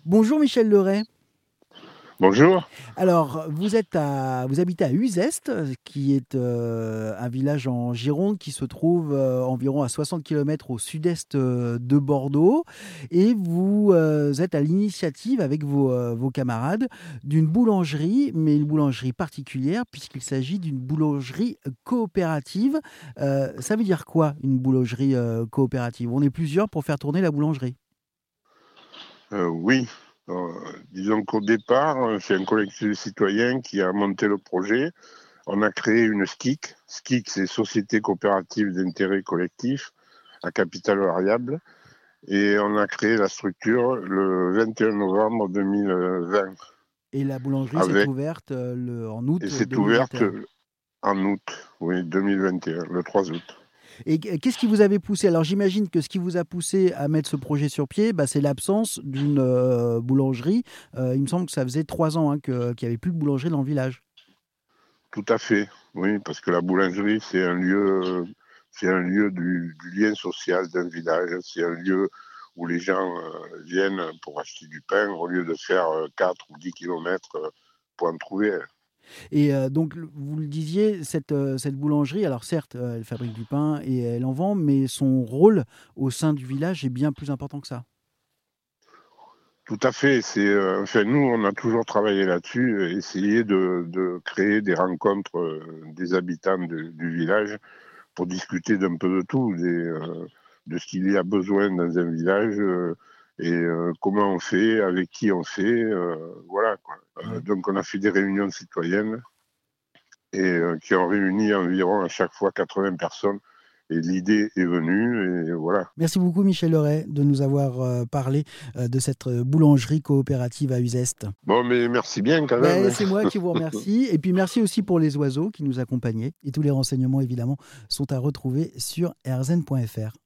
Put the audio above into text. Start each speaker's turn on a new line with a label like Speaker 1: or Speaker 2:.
Speaker 1: Bonjour Michel Leray.
Speaker 2: Bonjour.
Speaker 1: Alors, vous habitez à Uzeste, qui est un village en Gironde qui se trouve environ à 60 km au sud-est de Bordeaux. Et vous êtes à l'initiative avec vos camarades d'une boulangerie, mais une boulangerie particulière puisqu'il s'agit d'une boulangerie coopérative. Ça veut dire quoi une boulangerie coopérative? On est plusieurs pour faire tourner la boulangerie.
Speaker 2: Oui, Euh, disons qu'au départ, c'est un collectif de citoyens qui a monté le projet. On a créé une SCIC. SCIC, c'est Société coopérative d'intérêt collectif à capital variable. Et on a créé la structure le 21 novembre 2020.
Speaker 1: Et la boulangerie s'est
Speaker 2: Avec,
Speaker 1: ouverte en
Speaker 2: et
Speaker 1: août
Speaker 2: c'est ouverte
Speaker 1: 2021.
Speaker 2: en août, oui, 2021, le 3 août.
Speaker 1: Et qu'est-ce qui vous avait poussé? Alors j'imagine que ce qui vous a poussé à mettre ce projet sur pied, bah, c'est l'absence d'une boulangerie. Il me semble que ça faisait 3 ans hein, qu'il n'y avait plus de boulangerie dans le village.
Speaker 2: Tout à fait, oui, parce que la boulangerie, c'est un lieu du lien social d'un village. C'est un lieu où les gens viennent pour acheter du pain au lieu de faire 4 ou 10 kilomètres pour en trouver.
Speaker 1: Et donc vous le disiez, cette boulangerie, alors certes, elle fabrique du pain et elle en vend, mais son rôle au sein du village est bien plus important que ça.
Speaker 2: Tout à fait. Enfin, nous, on a toujours travaillé là-dessus, essayer de créer des rencontres des habitants du village pour discuter d'un peu de tout, de ce qu'il y a besoin dans un village comment on fait, avec qui on fait, voilà quoi.
Speaker 1: Ouais.
Speaker 2: Donc on a fait des réunions citoyennes qui ont réuni environ à chaque fois 80 personnes et l'idée est venue et voilà.
Speaker 1: Merci beaucoup Michel Leray de nous avoir parlé de cette boulangerie coopérative à Uzeste.
Speaker 2: Bon, mais merci bien quand même,
Speaker 1: Ben,
Speaker 2: hein.
Speaker 1: c'est moi qui vous remercie. Et puis merci aussi pour les oiseaux qui nous accompagnaient. Et tous les renseignements, évidemment, sont à retrouver sur rzn.fr.